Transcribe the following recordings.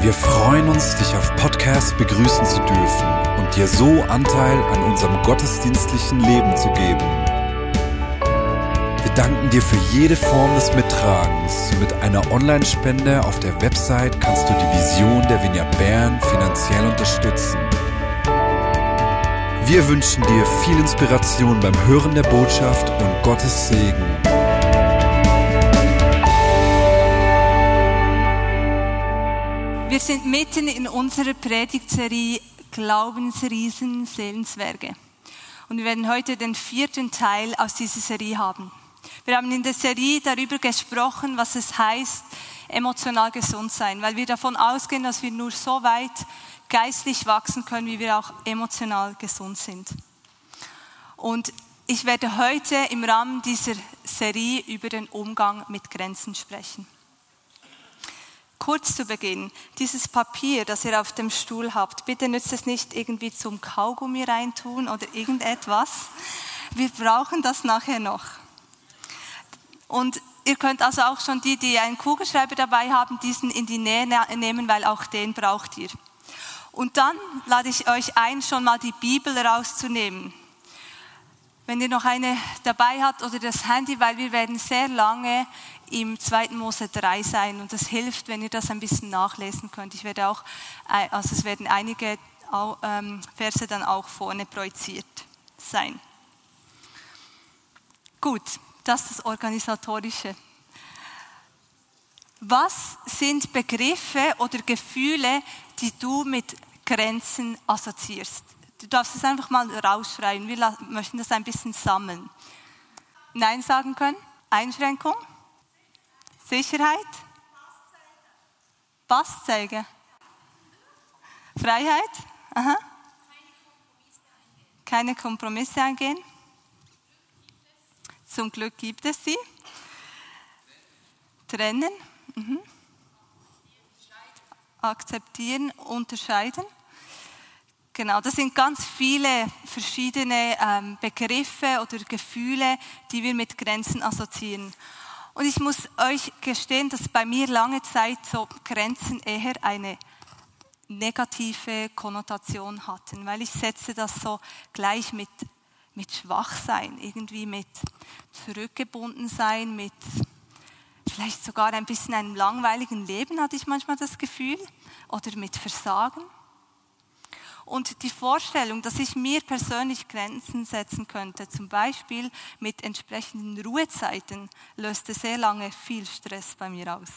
Wir freuen uns, dich auf Podcast begrüßen zu dürfen und dir so Anteil an unserem gottesdienstlichen Leben zu geben. Wir danken dir für jede Form des Mittragens. Mit einer Online-Spende auf der Website kannst du die Vision der Vineyard Bern finanziell unterstützen. Wir wünschen dir viel Inspiration beim Hören der Botschaft und Gottes Segen. Wir sind mitten in unserer Predigtserie Glaubensriesen, Seelenzwerge. Und wir werden heute den 4. Teil aus dieser Serie haben. Wir haben in der Serie darüber gesprochen, was es heißt, emotional gesund sein, weil wir davon ausgehen, dass wir nur so weit geistlich wachsen können, wie wir auch emotional gesund sind. Und ich werde heute im Rahmen dieser Serie über den Umgang mit Grenzen sprechen. Kurz zu Beginn, dieses Papier, das ihr auf dem Stuhl habt, bitte nützt es nicht irgendwie zum Kaugummi reintun oder irgendetwas. Wir brauchen das nachher noch. Und ihr könnt also auch schon die einen Kugelschreiber dabei haben, diesen in die Nähe nehmen, weil auch den braucht ihr. Und dann lade ich euch ein, schon mal die Bibel rauszunehmen. Wenn ihr noch eine dabei habt oder das Handy, weil wir werden sehr lange im 2. Mose 3 sein und das hilft, wenn ihr das ein bisschen nachlesen könnt. Es werden einige Verse dann auch vorne projiziert sein. Gut, das ist das Organisatorische. Was sind Begriffe oder Gefühle, die du mit Grenzen assoziierst? Du darfst es einfach mal rausschreiben. Wir möchten das ein bisschen sammeln. Nein sagen können? Einschränkung? Sicherheit? Passzeigen? Freiheit? Aha. Keine Kompromisse eingehen? Zum Glück gibt es sie. Trennen? Mhm. Akzeptieren, unterscheiden? Genau, das sind ganz viele verschiedene Begriffe oder Gefühle, die wir mit Grenzen assoziieren. Und ich muss euch gestehen, dass bei mir lange Zeit so Grenzen eher eine negative Konnotation hatten, weil ich setze das so gleich mit Schwachsein, irgendwie mit Zurückgebundensein, mit vielleicht sogar ein bisschen einem langweiligen Leben, hatte ich manchmal das Gefühl, oder mit Versagen. Und die Vorstellung, dass ich mir persönlich Grenzen setzen könnte, zum Beispiel mit entsprechenden Ruhezeiten, löste sehr lange viel Stress bei mir aus.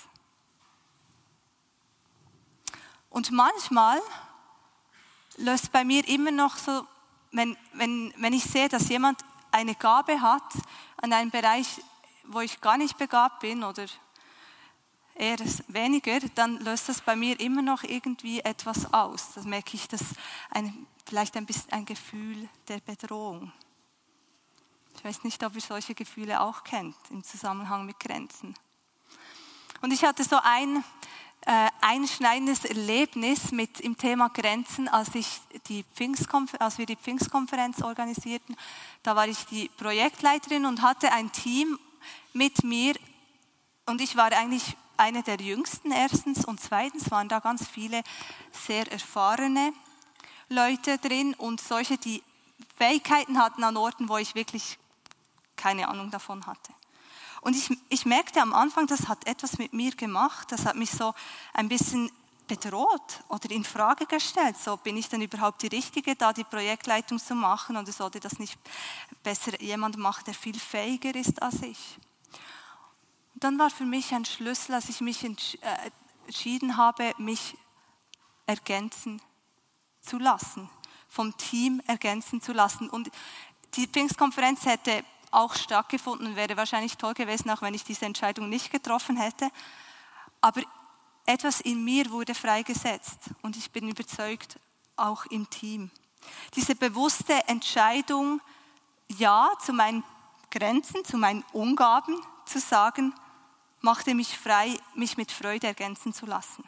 Und manchmal löst bei mir immer noch so, wenn ich sehe, dass jemand eine Gabe hat an einem Bereich, wo ich gar nicht begabt bin oder eher weniger, dann löst das bei mir immer noch irgendwie etwas aus. Da merke ich, dass vielleicht ein bisschen ein Gefühl der Bedrohung. Ich weiß nicht, ob ihr solche Gefühle auch kennt im Zusammenhang mit Grenzen. Und ich hatte so ein einschneidendes Erlebnis im Thema Grenzen, als wir die Pfingstkonferenz organisierten. Da war ich die Projektleiterin und hatte ein Team mit mir und ich war eigentlich eine der jüngsten erstens und zweitens waren da ganz viele sehr erfahrene Leute drin und solche, die Fähigkeiten hatten an Orten, wo ich wirklich keine Ahnung davon hatte. Und ich merkte am Anfang, das hat etwas mit mir gemacht, das hat mich so ein bisschen bedroht oder in Frage gestellt. So, bin ich denn überhaupt die Richtige, da die Projektleitung zu machen oder sollte das nicht besser jemand machen, der viel fähiger ist als ich? Und dann war für mich ein Schlüssel, als ich mich entschieden habe, mich ergänzen zu lassen, vom Team ergänzen zu lassen. Und die Pfingstkonferenz hätte auch stattgefunden und wäre wahrscheinlich toll gewesen, auch wenn ich diese Entscheidung nicht getroffen hätte. Aber etwas in mir wurde freigesetzt und ich bin überzeugt, auch im Team. Diese bewusste Entscheidung, Ja zu meinen Grenzen, zu meinen Ungaben zu sagen, machte mich frei, mich mit Freude ergänzen zu lassen.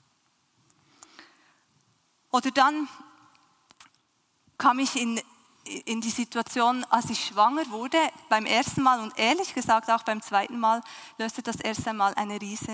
Oder dann kam ich in die Situation, als ich schwanger wurde, beim ersten Mal und ehrlich gesagt auch beim zweiten Mal, löste das erste Mal eine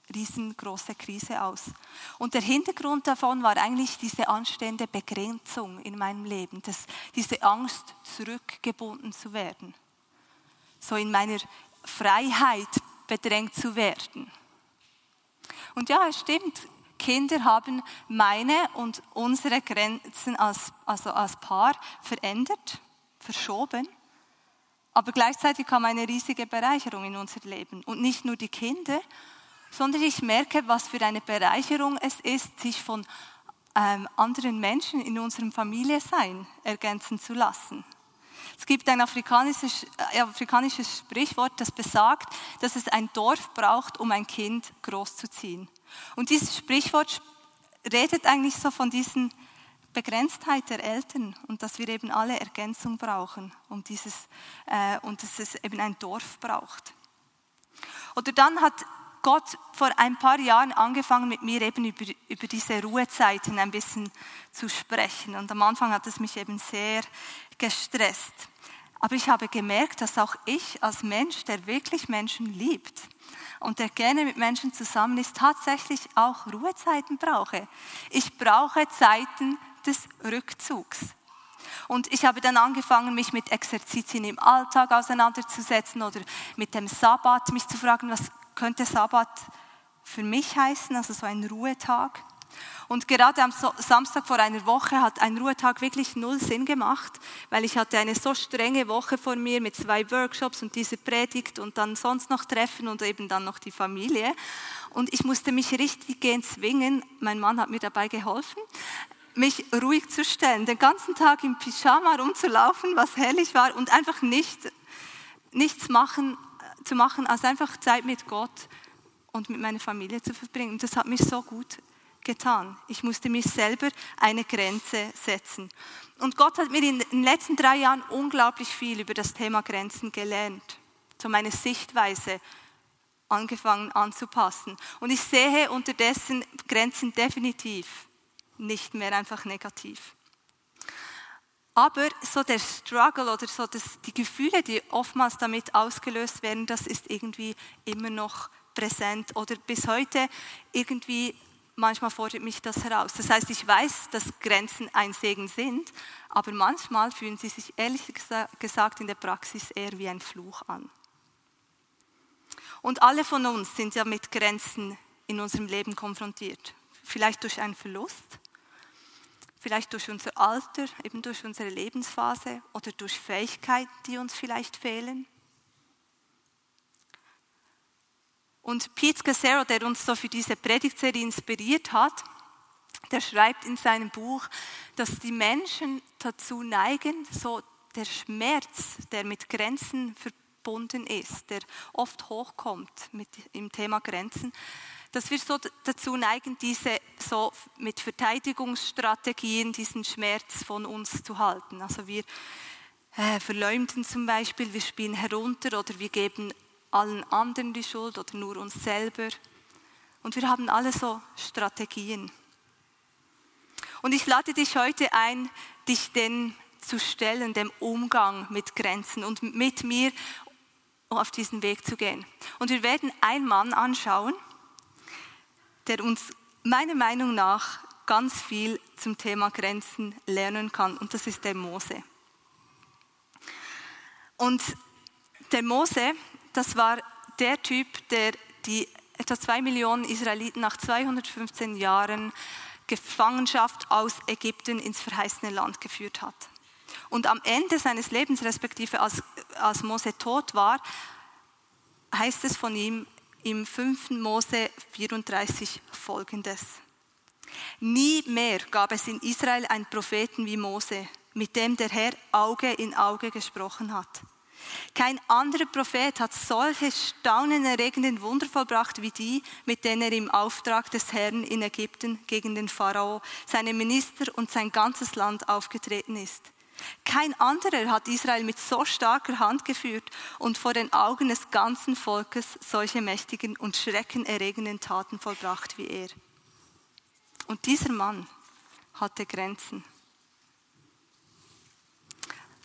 riesengroße Krise aus. Und der Hintergrund davon war eigentlich diese anstehende Begrenzung in meinem Leben, diese Angst, zurückgebunden zu werden, so in meiner Freiheit bedrängt zu werden. Und ja, es stimmt, Kinder haben meine und unsere Grenzen als Paar verändert, verschoben. Aber gleichzeitig kam eine riesige Bereicherung in unser Leben. Und nicht nur die Kinder, sondern ich merke, was für eine Bereicherung es ist, sich von anderen Menschen in unserem Familiensein ergänzen zu lassen. Es gibt ein afrikanisches Sprichwort, das besagt, dass es ein Dorf braucht, um ein Kind großzuziehen. Und dieses Sprichwort redet eigentlich so von diesen Begrenztheit der Eltern und dass wir eben alle Ergänzung brauchen und dass es eben ein Dorf braucht. Oder dann hat Gott vor ein paar Jahren angefangen, mit mir eben über diese Ruhezeiten ein bisschen zu sprechen. Und am Anfang hat es mich eben sehr gestresst. Aber ich habe gemerkt, dass auch ich als Mensch, der wirklich Menschen liebt und der gerne mit Menschen zusammen ist, tatsächlich auch Ruhezeiten brauche. Ich brauche Zeiten des Rückzugs. Und ich habe dann angefangen, mich mit Exerzitien im Alltag auseinanderzusetzen oder mit dem Sabbat, mich zu fragen, was könnte Sabbat für mich heißen, also so ein Ruhetag. Und gerade am Samstag vor einer Woche hat ein Ruhetag wirklich 0 Sinn gemacht, weil ich hatte eine so strenge Woche vor mir mit 2 Workshops und diese Predigt und dann sonst noch Treffen und eben dann noch die Familie. Und ich musste mich richtiggehend zwingen, mein Mann hat mir dabei geholfen, mich ruhig zu stellen, den ganzen Tag im Pyjama rumzulaufen, was herrlich war und einfach nichts zu machen, als einfach Zeit mit Gott und mit meiner Familie zu verbringen. Das hat mir so gut getan. Ich musste mir selber eine Grenze setzen. Und Gott hat mir in den letzten 3 Jahren unglaublich viel über das Thema Grenzen gelernt. So meine Sichtweise angefangen anzupassen. Und ich sehe unterdessen Grenzen definitiv nicht mehr einfach negativ. Aber so der Struggle oder so die Gefühle, die oftmals damit ausgelöst werden, das ist irgendwie immer noch präsent oder bis heute irgendwie, manchmal fordert mich das heraus. Das heißt, ich weiß, dass Grenzen ein Segen sind, aber manchmal fühlen sie sich ehrlich gesagt in der Praxis eher wie ein Fluch an. Und alle von uns sind ja mit Grenzen in unserem Leben konfrontiert. Vielleicht durch einen Verlust, vielleicht durch unser Alter, eben durch unsere Lebensphase oder durch Fähigkeiten, die uns vielleicht fehlen. Und Pete Scazzero, der uns so für diese Predigtserie inspiriert hat, der schreibt in seinem Buch, dass die Menschen dazu neigen, so der Schmerz, der mit Grenzen verbunden ist, der oft hochkommt im Thema Grenzen, dass wir so dazu neigen, diese so mit Verteidigungsstrategien diesen Schmerz von uns zu halten. Also wir verleumden zum Beispiel, wir spielen herunter oder wir geben allen anderen die Schuld oder nur uns selber. Und wir haben alle so Strategien. Und ich lade dich heute ein, dich denn zu stellen, dem Umgang mit Grenzen und mit mir auf diesen Weg zu gehen. Und wir werden einen Mann anschauen, der uns meiner Meinung nach ganz viel zum Thema Grenzen lernen kann. Und das ist der Mose. Und der Mose, das war der Typ, der die etwa 2 Millionen Israeliten nach 215 Jahren Gefangenschaft aus Ägypten ins verheißene Land geführt hat. Und am Ende seines Lebens, respektive als Mose tot war, heißt es von ihm im 5. Mose 34 Folgendes. Nie mehr gab es in Israel einen Propheten wie Mose, mit dem der Herr Auge in Auge gesprochen hat. Kein anderer Prophet hat solche staunenerregenden Wunder vollbracht wie die, mit denen er im Auftrag des Herrn in Ägypten gegen den Pharao, seine Minister und sein ganzes Land aufgetreten ist. Kein anderer hat Israel mit so starker Hand geführt und vor den Augen des ganzen Volkes solche mächtigen und schreckenerregenden Taten vollbracht wie er. Und dieser Mann hatte Grenzen.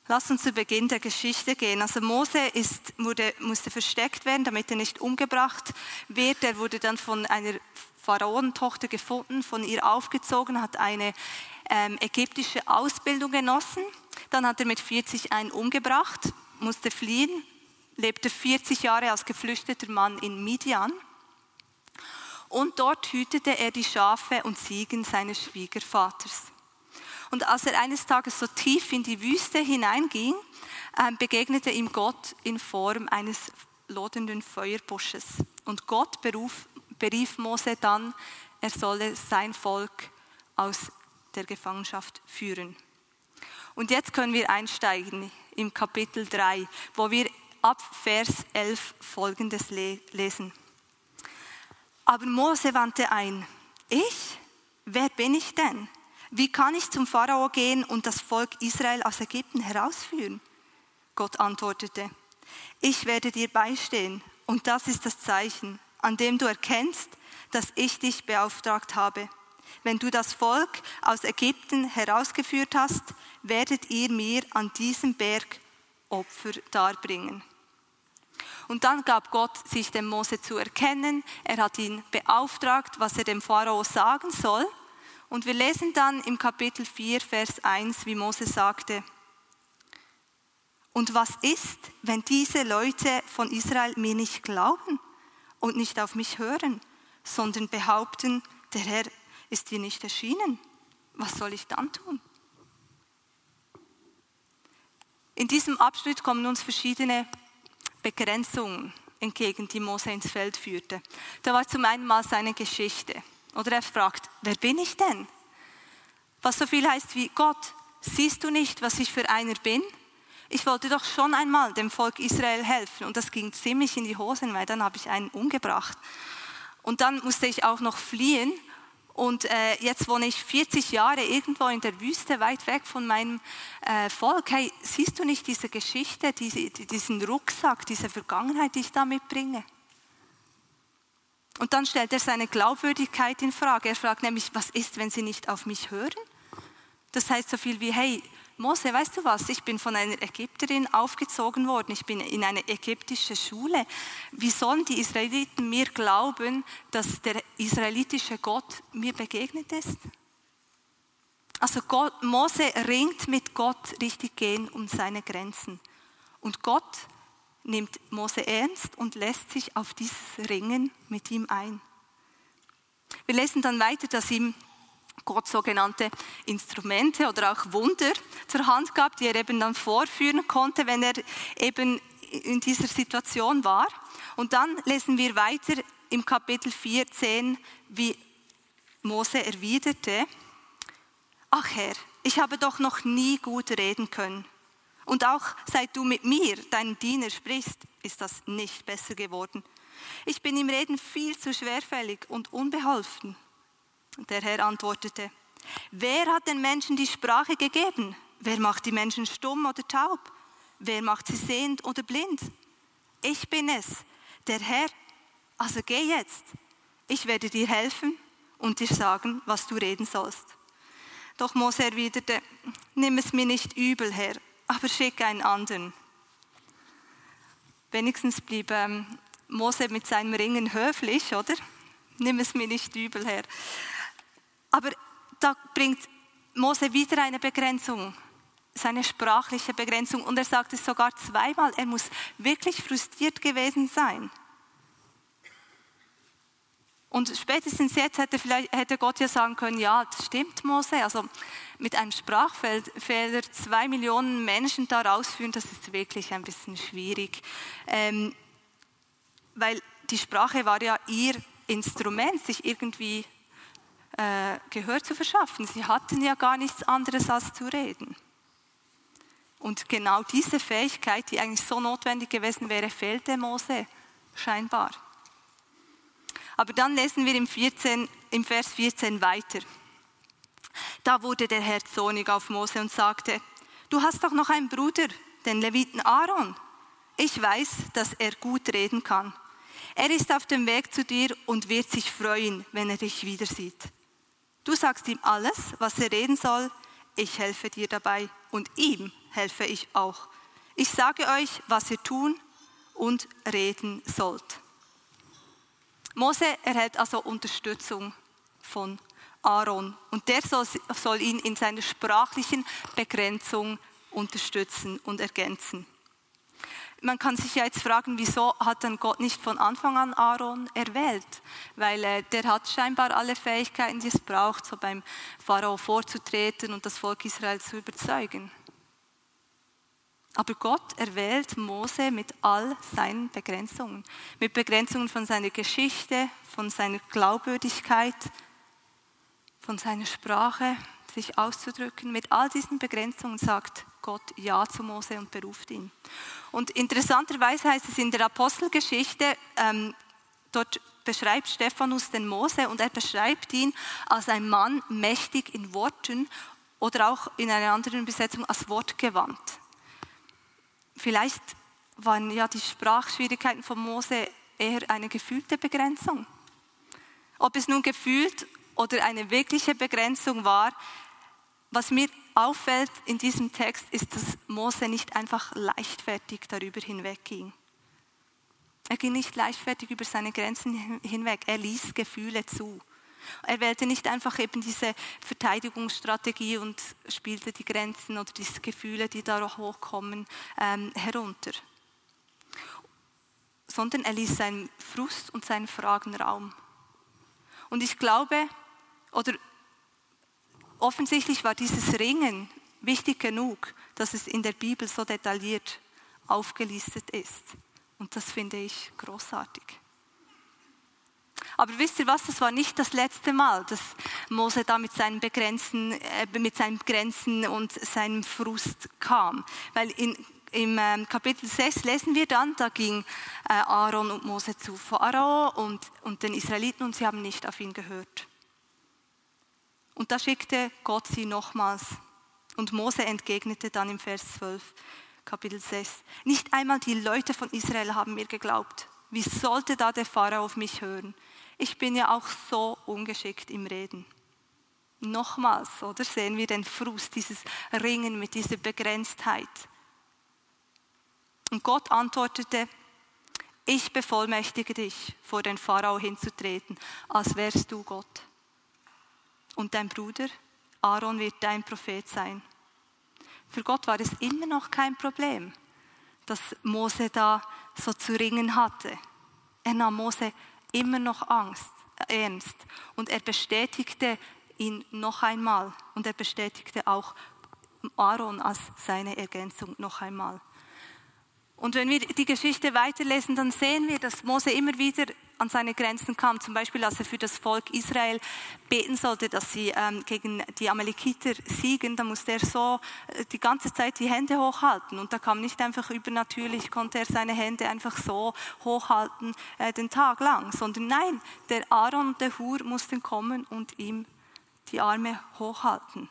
Lass uns zu Beginn der Geschichte gehen. Also Mose musste versteckt werden, damit er nicht umgebracht wird. Er wurde dann von einer Pharaonentochter gefunden, von ihr aufgezogen, hat eine ägyptische Ausbildung genossen. Dann hat er mit 40 einen umgebracht, musste fliehen, lebte 40 Jahre als geflüchteter Mann in Midian. Und dort hütete er die Schafe und Ziegen seines Schwiegervaters. Und als er eines Tages so tief in die Wüste hineinging, begegnete ihm Gott in Form eines lodernden Feuerbusches. Und Gott berief Mose dann, er solle sein Volk aus der Gefangenschaft führen. Und jetzt können wir einsteigen im Kapitel 3, wo wir ab Vers 11 Folgendes lesen. Aber Mose wandte ein: Ich? Wer bin ich denn? Wie kann ich zum Pharao gehen und das Volk Israel aus Ägypten herausführen? Gott antwortete: Ich werde dir beistehen, und das ist das Zeichen, an dem du erkennst, dass ich dich beauftragt habe. Wenn du das Volk aus Ägypten herausgeführt hast, werdet ihr mir an diesem Berg Opfer darbringen. Und dann gab Gott sich dem Mose zu erkennen. Er hat ihn beauftragt, was er dem Pharao sagen soll. Und wir lesen dann im Kapitel 4, Vers 1, wie Mose sagte: Und was ist, wenn diese Leute von Israel mir nicht glauben und nicht auf mich hören, sondern behaupten, der Herr ist dir nicht erschienen? Was soll ich dann tun? In diesem Abschnitt kommen uns verschiedene Begrenzungen entgegen, die Mose ins Feld führte. Da war zum einen mal seine Geschichte. Oder er fragt: Wer bin ich denn? Was so viel heißt wie: Gott, siehst du nicht, was ich für einer bin? Ich wollte doch schon einmal dem Volk Israel helfen. Und das ging ziemlich in die Hosen, weil dann habe ich einen umgebracht. Und dann musste ich auch noch fliehen. Und jetzt wohne ich 40 Jahre irgendwo in der Wüste, weit weg von meinem Volk. Hey, siehst du nicht diese Geschichte, diesen Rucksack, diese Vergangenheit, die ich da mitbringe? Und dann stellt er seine Glaubwürdigkeit in Frage. Er fragt nämlich: Was ist, wenn sie nicht auf mich hören? Das heißt so viel wie: Hey, Mose, weißt du was? Ich bin von einer Ägypterin aufgezogen worden. Ich bin in eine ägyptische Schule. Wie sollen die Israeliten mir glauben, dass der israelitische Gott mir begegnet ist? Also Mose ringt mit Gott richtig gehen um seine Grenzen. Und Gott nimmt Mose ernst und lässt sich auf dieses Ringen mit ihm ein. Wir lesen dann weiter, dass ihm Gott sogenannte Instrumente oder auch Wunder zur Hand gab, die er eben dann vorführen konnte, wenn er eben in dieser Situation war. Und dann lesen wir weiter im Kapitel 14, wie Mose erwiderte: Ach Herr, ich habe doch noch nie gut reden können. Und auch seit du mit mir, deinem Diener, sprichst, ist das nicht besser geworden. Ich bin im Reden viel zu schwerfällig und unbeholfen. Und der Herr antwortete: Wer hat den Menschen die Sprache gegeben? Wer macht die Menschen stumm oder taub? Wer macht sie sehend oder blind? Ich bin es, der Herr. Also geh jetzt. Ich werde dir helfen und dir sagen, was du reden sollst. Doch Mose erwiderte: Nimm es mir nicht übel, Herr, aber schick einen anderen. Wenigstens blieb Mose mit seinem Ringen höflich, oder? Nimm es mir nicht übel, Herr. Aber da bringt Mose wieder eine Begrenzung, seine sprachliche Begrenzung. Und er sagt es sogar zweimal. Er muss wirklich frustriert gewesen sein. Und spätestens jetzt hätte Gott ja sagen können: Ja, das stimmt, Mose. Also mit einem Sprachfehler 2 Millionen Menschen da rausführen, das ist wirklich ein bisschen schwierig. Weil die Sprache war ja ihr Instrument, sich irgendwie Gehör zu verschaffen. Sie hatten ja gar nichts anderes als zu reden. Und genau diese Fähigkeit, die eigentlich so notwendig gewesen wäre, fehlte Mose scheinbar. Aber dann lesen wir im Vers 14 weiter. Da wurde der Herr zornig auf Mose und sagte: Du hast doch noch einen Bruder, den Leviten Aaron. Ich weiß, dass er gut reden kann. Er ist auf dem Weg zu dir und wird sich freuen, wenn er dich wieder sieht. Du sagst ihm alles, was er reden soll. Ich helfe dir dabei und ihm helfe ich auch. Ich sage euch, was ihr tun und reden sollt. Mose erhält also Unterstützung von Aaron und der soll ihn in seiner sprachlichen Begrenzung unterstützen und ergänzen. Man kann sich ja jetzt fragen, wieso hat dann Gott nicht von Anfang an Aaron erwählt? Weil der hat scheinbar alle Fähigkeiten, die es braucht, so beim Pharao vorzutreten und das Volk Israel zu überzeugen. Aber Gott erwählt Mose mit all seinen Begrenzungen. Mit Begrenzungen von seiner Geschichte, von seiner Glaubwürdigkeit, von seiner Sprache, sich auszudrücken. Mit all diesen Begrenzungen sagt Gott Ja zu Mose und beruft ihn. Und interessanterweise heißt es in der Apostelgeschichte, dort beschreibt Stephanus den Mose und er beschreibt ihn als ein Mann mächtig in Worten oder auch in einer anderen Übersetzung als wortgewandt. Vielleicht waren ja die Sprachschwierigkeiten von Mose eher eine gefühlte Begrenzung. Ob es nun gefühlt oder eine wirkliche Begrenzung war, was mir auffällt in diesem Text, ist, dass Mose nicht einfach leichtfertig darüber hinwegging. Er ging nicht leichtfertig über seine Grenzen hinweg, er ließ Gefühle zu. Er wählte nicht einfach eben diese Verteidigungsstrategie und spielte die Grenzen oder diese Gefühle, die da hochkommen, herunter. Sondern er ließ seinen Frust und seinen Fragen Raum. Und ich glaube, oder offensichtlich war dieses Ringen wichtig genug, dass es in der Bibel so detailliert aufgelistet ist. Und das finde ich großartig. Aber wisst ihr was, das war nicht das letzte Mal, dass Mose da mit seinen Grenzen und seinem Frust kam. Weil im Kapitel 6 lesen wir dann, da ging Aaron und Mose zu Pharao und den Israeliten und sie haben nicht auf ihn gehört. Und da schickte Gott sie nochmals. Und Mose entgegnete dann im Vers 12, Kapitel 6, nicht einmal die Leute von Israel haben mir geglaubt. Wie sollte da der Pharao auf mich hören? Ich bin ja auch so ungeschickt im Reden. Nochmals, oder sehen wir den Frust, dieses Ringen mit dieser Begrenztheit. Und Gott antwortete, ich bevollmächtige dich, vor den Pharao hinzutreten, als wärst du Gott. Und dein Bruder Aaron wird dein Prophet sein. Für Gott war es immer noch kein Problem, dass Mose da so zu ringen hatte. Er nahm Mose immer noch ernst und er bestätigte ihn noch einmal und er bestätigte auch Aaron als seine Ergänzung noch einmal. Und wenn wir die Geschichte weiterlesen, dann sehen wir, dass Mose immer wieder an seine Grenzen kam. Zum Beispiel, als er für das Volk Israel beten sollte, dass sie gegen die Amalekiter siegen, da musste er so die ganze Zeit die Hände hochhalten. Und da kam nicht einfach übernatürlich, konnte er seine Hände einfach so hochhalten den Tag lang. Sondern nein, der Aaron und der Hur mussten kommen und ihm die Arme hochhalten.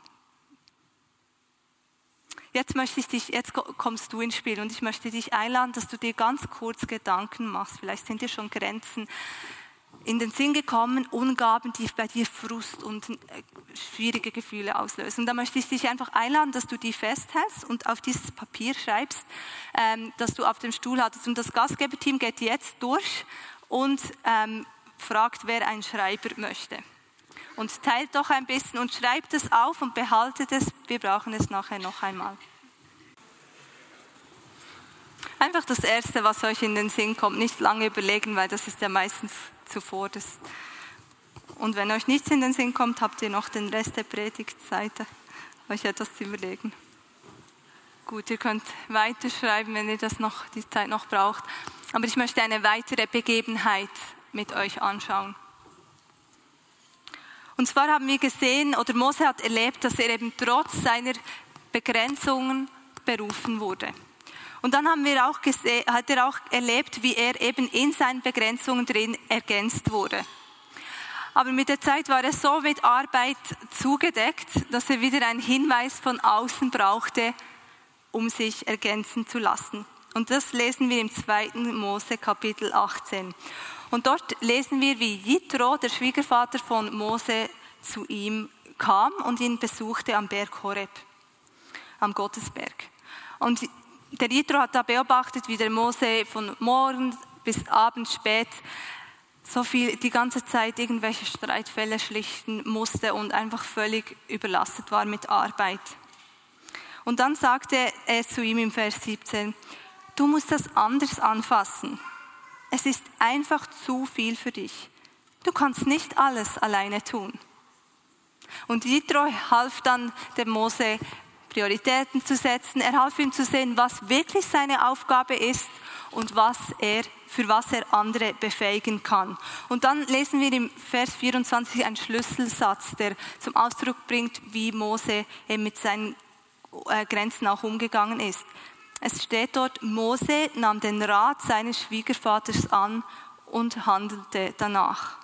Jetzt kommst du ins Spiel und ich möchte dich einladen, dass du dir ganz kurz Gedanken machst. Vielleicht sind dir schon Grenzen in den Sinn gekommen, Ungaben, die bei dir Frust und schwierige Gefühle auslösen. Und da möchte ich dich einfach einladen, dass du die festhältst und auf dieses Papier schreibst, das du auf dem Stuhl hattest. Und das Gastgeberteam geht jetzt durch und fragt, wer einen Schreiber möchte. Und teilt doch ein bisschen und schreibt es auf und behaltet es. Wir brauchen es nachher noch einmal. Einfach das Erste, was euch in den Sinn kommt. Nicht lange überlegen, weil das ist ja meistens zuvorderst. Und wenn euch nichts in den Sinn kommt, habt ihr noch den Rest der Predigtzeit, euch etwas zu überlegen. Gut, ihr könnt weiterschreiben, wenn ihr die Zeit noch braucht. Aber ich möchte eine weitere Begebenheit mit euch anschauen. Und zwar haben wir gesehen, oder Mose hat erlebt, dass er eben trotz seiner Begrenzungen berufen wurde. Und dann hat er auch erlebt, wie er eben in seinen Begrenzungen drin ergänzt wurde. Aber mit der Zeit war er so mit Arbeit zugedeckt, dass er wieder einen Hinweis von außen brauchte, um sich ergänzen zu lassen. Und das lesen wir im 2. Mose Kapitel 18. Und dort lesen wir, wie Jitro, der Schwiegervater von Mose, zu ihm kam und ihn besuchte am Berg Horeb, am Gottesberg. Und der Jethro hat da beobachtet, wie der Mose von morgens bis abends spät die ganze Zeit irgendwelche Streitfälle schlichten musste und einfach völlig überlastet war mit Arbeit. Und dann sagte er zu ihm im Vers 17, du musst das anders anfassen. Es ist einfach zu viel für dich. Du kannst nicht alles alleine tun. Und Jethro half dann dem Mose, Prioritäten zu setzen. Er half ihm zu sehen, was wirklich seine Aufgabe ist und für was er andere befähigen kann. Und dann lesen wir im Vers 24 einen Schlüsselsatz, der zum Ausdruck bringt, wie Mose mit seinen Grenzen auch umgegangen ist. Es steht dort, Mose nahm den Rat seines Schwiegervaters an und handelte danach.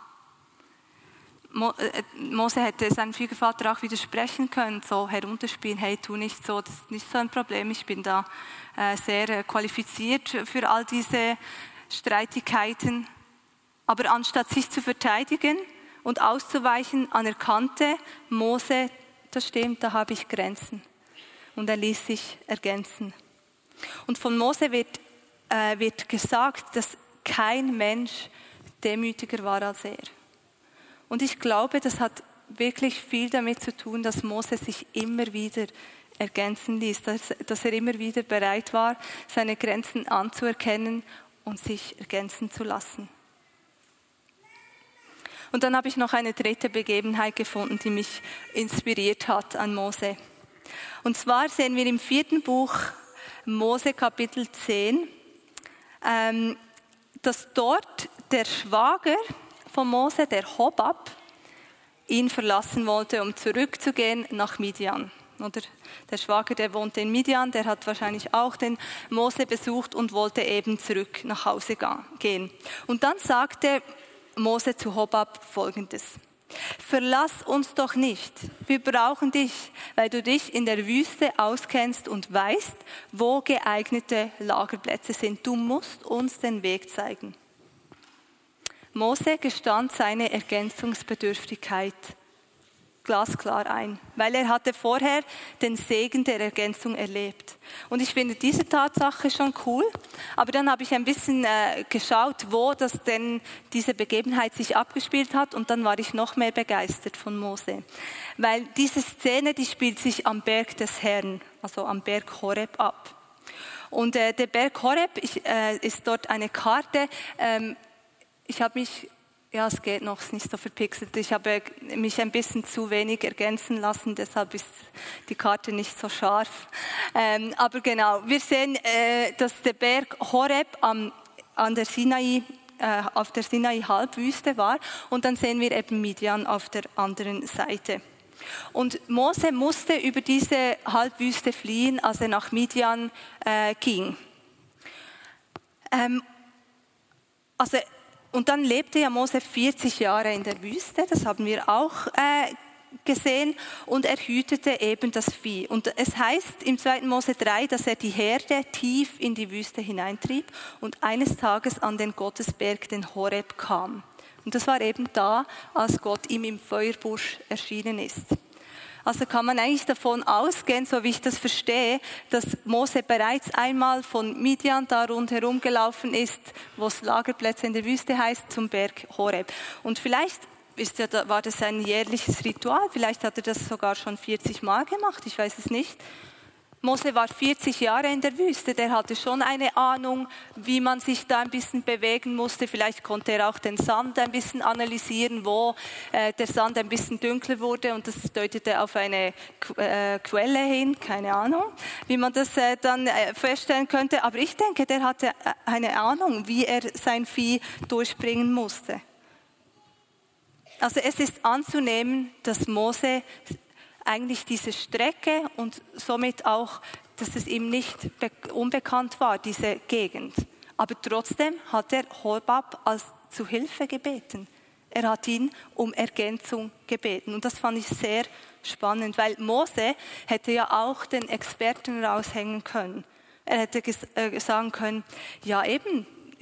Mose hätte seinem Schwiegervater auch widersprechen können, so herunterspielen, hey, tu nicht so, das ist nicht so ein Problem, ich bin da sehr qualifiziert für all diese Streitigkeiten. Aber anstatt sich zu verteidigen und auszuweichen, anerkannte Mose, das stimmt, da habe ich Grenzen. Und er ließ sich ergänzen. Und von Mose wird gesagt, dass kein Mensch demütiger war als er. Und ich glaube, das hat wirklich viel damit zu tun, dass Mose sich immer wieder ergänzen ließ, dass er immer wieder bereit war, seine Grenzen anzuerkennen und sich ergänzen zu lassen. Und dann habe ich noch eine dritte Begebenheit gefunden, die mich inspiriert hat an Mose. Und zwar sehen wir im 4. Buch Mose Kapitel 10, dass dort der Schwager von Mose, der Hobab, ihn verlassen wollte, um zurückzugehen nach Midian. Oder der Schwager, der wohnte in Midian, der hat wahrscheinlich auch den Mose besucht und wollte eben zurück nach Hause gehen. Und dann sagte Mose zu Hobab Folgendes: Verlass uns doch nicht, wir brauchen dich, weil du dich in der Wüste auskennst und weißt, wo geeignete Lagerplätze sind. Du musst uns den Weg zeigen. Mose gestand seine Ergänzungsbedürftigkeit glasklar ein, weil er hatte vorher den Segen der Ergänzung erlebt. Und ich finde diese Tatsache schon cool, aber dann habe ich ein bisschen geschaut, wo das denn diese Begebenheit sich abgespielt hat, und dann war ich noch mehr begeistert von Mose. Weil diese Szene, die spielt sich am Berg des Herrn, also am Berg Horeb ab. Und der Berg Horeb ist dort eine Karte. Ich habe mich, ja, es geht noch, es ist nicht so verpixelt. Ich habe mich ein bisschen zu wenig ergänzen lassen, deshalb ist die Karte nicht so scharf. Aber genau, wir sehen, dass der Berg Horeb an der Sinai, auf der Sinai-Halbwüste war, und dann sehen wir eben Midian auf der anderen Seite. Und Mose musste über diese Halbwüste fliehen, als er nach Midian ging. Und dann lebte ja Mose 40 Jahre in der Wüste, das haben wir auch gesehen, und er hütete eben das Vieh. Und es heißt im 2. Mose 3, dass er die Herde tief in die Wüste hineintrieb und eines Tages an den Gottesberg, den Horeb, kam. Und das war eben da, als Gott ihm im Feuerbusch erschienen ist. Also kann man eigentlich davon ausgehen, so wie ich das verstehe, dass Mose bereits einmal von Midian da rundherum gelaufen ist, wo es Lagerplätze in der Wüste heißt, zum Berg Horeb. Und vielleicht war das ein jährliches Ritual, vielleicht hat er das sogar schon 40 Mal gemacht, ich weiß es nicht. Mose war 40 Jahre in der Wüste, der hatte schon eine Ahnung, wie man sich da ein bisschen bewegen musste. Vielleicht konnte er auch den Sand ein bisschen analysieren, wo der Sand ein bisschen dunkler wurde, und das deutete auf eine Quelle hin, keine Ahnung, wie man das dann feststellen könnte. Aber ich denke, der hatte eine Ahnung, wie er sein Vieh durchbringen musste. Also es ist anzunehmen, dass Mose eigentlich diese Strecke und somit auch, dass es ihm nicht unbekannt war, diese Gegend. Aber trotzdem hat er Hobab als zu Hilfe gebeten. Er hat ihn um Ergänzung gebeten. Und das fand ich sehr spannend, weil Mose hätte ja auch den Experten raushängen können. Er hätte sagen können, ja eben,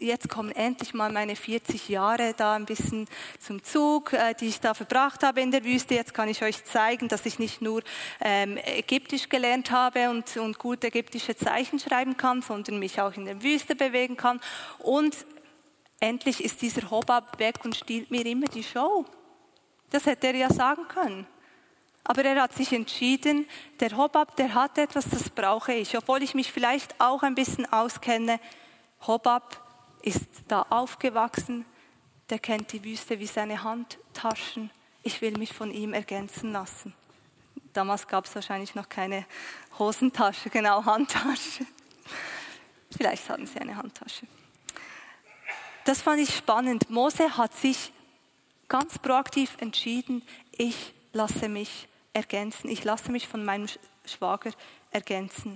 jetzt kommen endlich mal meine 40 Jahre da ein bisschen zum Zug, die ich da verbracht habe in der Wüste. Jetzt kann ich euch zeigen, dass ich nicht nur Ägyptisch gelernt habe und gut ägyptische Zeichen schreiben kann, sondern mich auch in der Wüste bewegen kann. Und endlich ist dieser Hobab weg und stiehlt mir immer die Show. Das hätte er ja sagen können. Aber er hat sich entschieden, der Hobab, der hat etwas, das brauche ich. Obwohl ich mich vielleicht auch ein bisschen auskenne, Hobab ist da aufgewachsen, der kennt die Wüste wie seine Handtaschen. Ich will mich von ihm ergänzen lassen. Damals gab es wahrscheinlich noch keine Hosentasche, genau, Handtasche. Vielleicht hatten sie eine Handtasche. Das fand ich spannend. Mose hat sich ganz proaktiv entschieden, ich lasse mich ergänzen. Ich lasse mich von meinem Schwager ergänzen.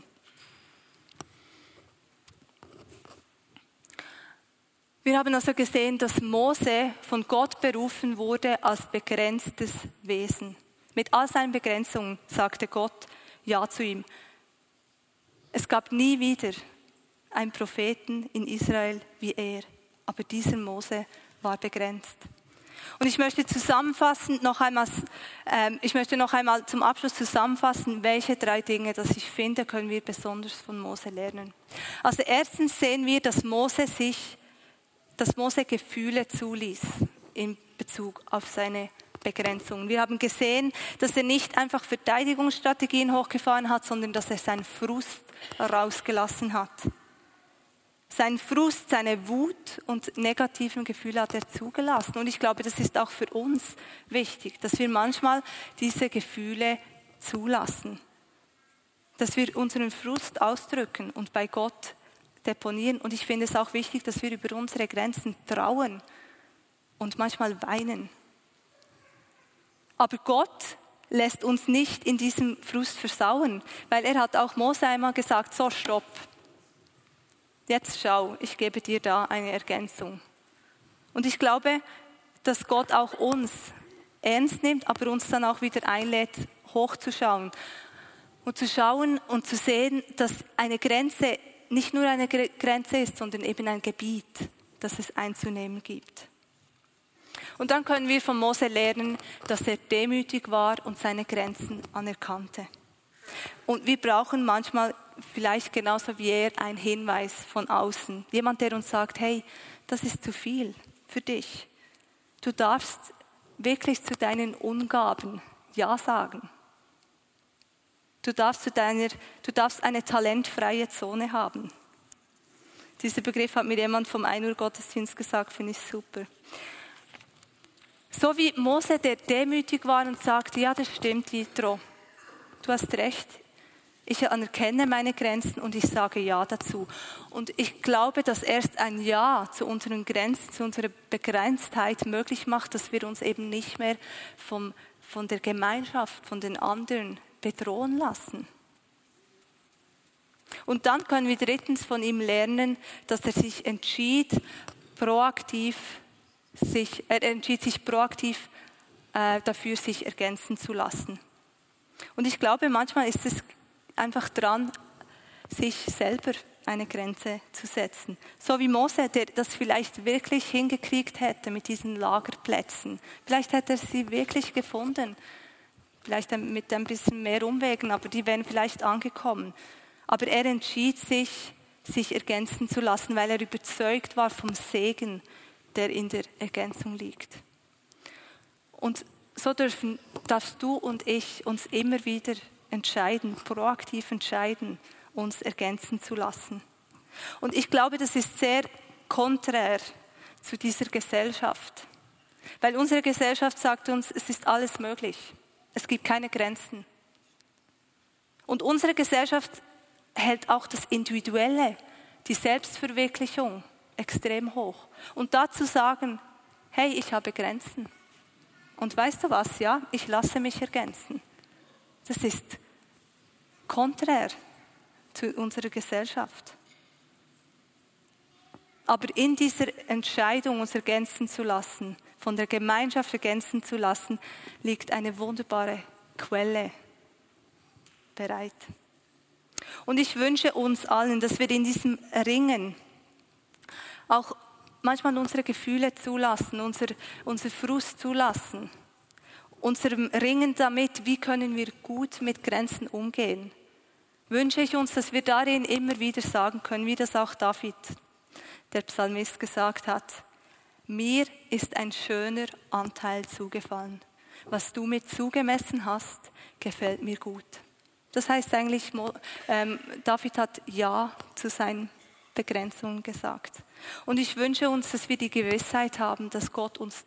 Wir haben also gesehen, dass Mose von Gott berufen wurde als begrenztes Wesen. Mit all seinen Begrenzungen sagte Gott Ja zu ihm. Es gab nie wieder einen Propheten in Israel wie er, aber dieser Mose war begrenzt. Und ich möchte noch einmal zum Abschluss zusammenfassen, welche 3 Dinge, dass ich finde, können wir besonders von Mose lernen. Also erstens sehen wir, dass Mose Gefühle zuließ in Bezug auf seine Begrenzung. Wir haben gesehen, dass er nicht einfach Verteidigungsstrategien hochgefahren hat, sondern dass er seinen Frust rausgelassen hat. Seinen Frust, seine Wut und negativen Gefühle hat er zugelassen. Und ich glaube, das ist auch für uns wichtig, dass wir manchmal diese Gefühle zulassen. Dass wir unseren Frust ausdrücken und bei Gott deponieren. Und ich finde es auch wichtig, dass wir über unsere Grenzen trauern und manchmal weinen. Aber Gott lässt uns nicht in diesem Frust versauen, weil er hat auch Mose einmal gesagt, so stopp. Jetzt schau, ich gebe dir da eine Ergänzung. Und ich glaube, dass Gott auch uns ernst nimmt, aber uns dann auch wieder einlädt, hochzuschauen. Und zu schauen und zu sehen, dass eine Grenze nicht nur eine Grenze ist, sondern eben ein Gebiet, das es einzunehmen gibt. Und dann können wir von Mose lernen, dass er demütig war und seine Grenzen anerkannte. Und wir brauchen manchmal vielleicht genauso wie er einen Hinweis von außen. Jemand, der uns sagt, hey, das ist zu viel für dich. Du darfst wirklich zu deinen Ungaben Ja sagen. Du darfst eine talentfreie Zone haben. Dieser Begriff hat mir jemand vom 1 Uhr Gottesdienst gesagt, finde ich super. So wie Mose, der demütig war und sagte, ja, das stimmt, Jitro. Du hast recht. Ich anerkenne meine Grenzen und ich sage Ja dazu. Und ich glaube, dass erst ein Ja zu unseren Grenzen, zu unserer Begrenztheit möglich macht, dass wir uns eben nicht mehr von der Gemeinschaft, von den anderen bedrohen lassen. Und dann können wir drittens von ihm lernen, dass er sich entschied, sich proaktiv dafür sich ergänzen zu lassen. Und ich glaube, manchmal ist es einfach dran, sich selber eine Grenze zu setzen. So wie Mose, der das vielleicht wirklich hingekriegt hätte mit diesen Lagerplätzen. Vielleicht hätte er sie wirklich gefunden. Vielleicht mit ein bisschen mehr Umwegen, aber die wären vielleicht angekommen. Aber er entschied sich ergänzen zu lassen, weil er überzeugt war vom Segen, der in der Ergänzung liegt. Und so darfst du und ich uns immer wieder entscheiden, proaktiv entscheiden, uns ergänzen zu lassen. Und ich glaube, das ist sehr konträr zu dieser Gesellschaft. Weil unsere Gesellschaft sagt uns, es ist alles möglich. Es gibt keine Grenzen. Und unsere Gesellschaft hält auch das Individuelle, die Selbstverwirklichung extrem hoch. Und dazu sagen, hey, ich habe Grenzen. Und weißt du was, ja, ich lasse mich ergänzen. Das ist konträr zu unserer Gesellschaft. Aber in dieser Entscheidung, uns ergänzen zu lassen, von der Gemeinschaft ergänzen zu lassen, liegt eine wunderbare Quelle bereit. Und ich wünsche uns allen, dass wir in diesem Ringen auch manchmal unsere Gefühle zulassen, unser Frust zulassen, unserem Ringen damit, wie können wir gut mit Grenzen umgehen, wünsche ich uns, dass wir darin immer wieder sagen können, wie das auch David, der Psalmist, gesagt hat: Mir ist ein schöner Anteil zugefallen. Was du mir zugemessen hast, gefällt mir gut. Das heißt eigentlich, David hat Ja zu seinen Begrenzungen gesagt. Und ich wünsche uns, dass wir die Gewissheit haben, dass Gott uns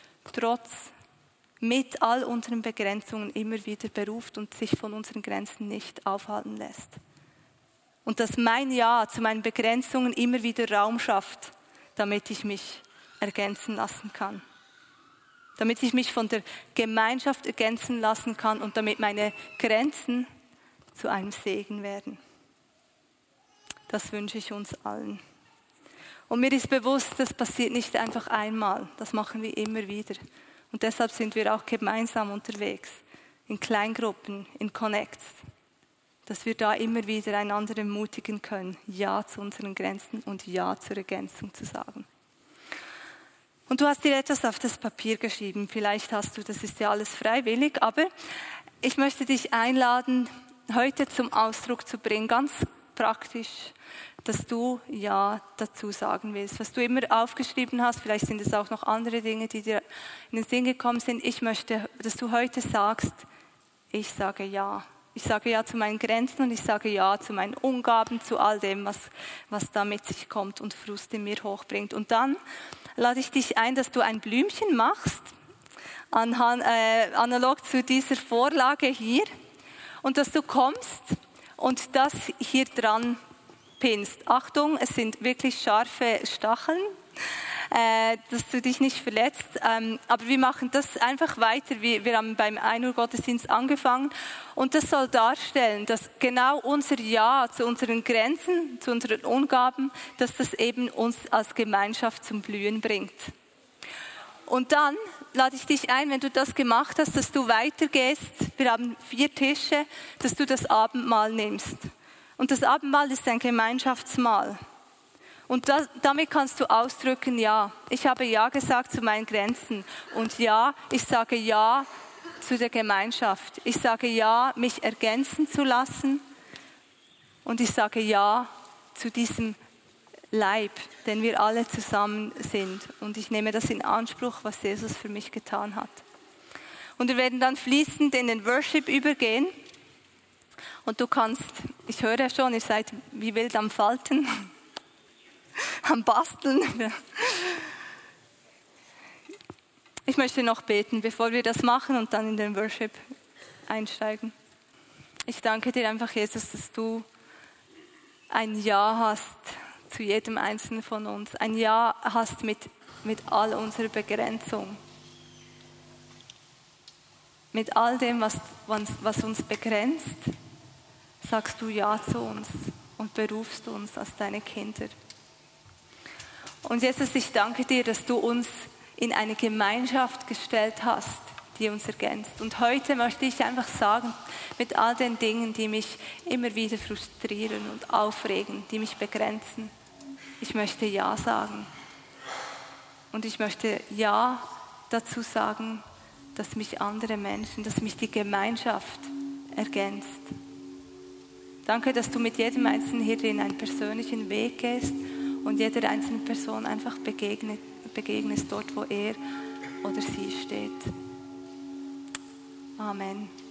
mit all unseren Begrenzungen immer wieder beruft und sich von unseren Grenzen nicht aufhalten lässt. Und dass mein Ja zu meinen Begrenzungen immer wieder Raum schafft, damit ich mich ergänzen lassen kann. Damit ich mich von der Gemeinschaft ergänzen lassen kann und damit meine Grenzen zu einem Segen werden. Das wünsche ich uns allen. Und mir ist bewusst, das passiert nicht einfach einmal, das machen wir immer wieder. Und deshalb sind wir auch gemeinsam unterwegs, in Kleingruppen, in Connects, dass wir da immer wieder einander ermutigen können, Ja zu unseren Grenzen und Ja zur Ergänzung zu sagen. Und du hast dir etwas auf das Papier geschrieben. Vielleicht hast du, das ist ja alles freiwillig, aber ich möchte dich einladen, heute zum Ausdruck zu bringen, ganz praktisch, dass du Ja dazu sagen willst. Was du immer aufgeschrieben hast, vielleicht sind es auch noch andere Dinge, die dir in den Sinn gekommen sind. Ich möchte, dass du heute sagst, ich sage Ja. Ich sage Ja zu meinen Grenzen und ich sage Ja zu meinen Ungaben, zu all dem, was da mit sich kommt und Frust in mir hochbringt. Und dann lade ich dich ein, dass du ein Blümchen machst, analog zu dieser Vorlage hier, und dass du kommst und das hier dran pinnst. Achtung, es sind wirklich scharfe Stacheln, dass du dich nicht verletzt. Aber wir machen das einfach weiter. Wir haben beim 1 Uhr Gottesdienst angefangen und das soll darstellen, dass genau unser Ja zu unseren Grenzen, zu unseren Ungaben, dass das eben uns als Gemeinschaft zum Blühen bringt. Und dann lade ich dich ein, wenn du das gemacht hast, dass du weitergehst. Wir haben 4 Tische, dass du das Abendmahl nimmst. Und das Abendmahl ist ein Gemeinschaftsmahl. Und damit kannst du ausdrücken, ja, ich habe Ja gesagt zu meinen Grenzen. Und ja, ich sage Ja zu der Gemeinschaft. Ich sage Ja, mich ergänzen zu lassen. Und ich sage Ja zu diesem Leib, den wir alle zusammen sind. Und ich nehme das in Anspruch, was Jesus für mich getan hat. Und wir werden dann fließend in den Worship übergehen. Und du kannst, ich höre schon, ihr seid wie wild am Falten, am Basteln. Ich möchte noch beten, bevor wir das machen und dann in den Worship einsteigen. Ich danke dir einfach, Jesus, dass du ein Ja hast zu jedem Einzelnen von uns. Ein Ja hast mit all unserer Begrenzung. Mit all dem, was uns begrenzt, sagst du Ja zu uns und berufst uns als deine Kinder. Und Jesus, ich danke dir, dass du uns in eine Gemeinschaft gestellt hast, die uns ergänzt. Und heute möchte ich einfach sagen, mit all den Dingen, die mich immer wieder frustrieren und aufregen, die mich begrenzen, ich möchte Ja sagen. Und ich möchte Ja dazu sagen, dass mich andere Menschen, dass mich die Gemeinschaft ergänzt. Danke, dass du mit jedem Einzelnen hier drin einen persönlichen Weg gehst und jeder einzelnen Person einfach begegnest dort, wo er oder sie steht. Amen.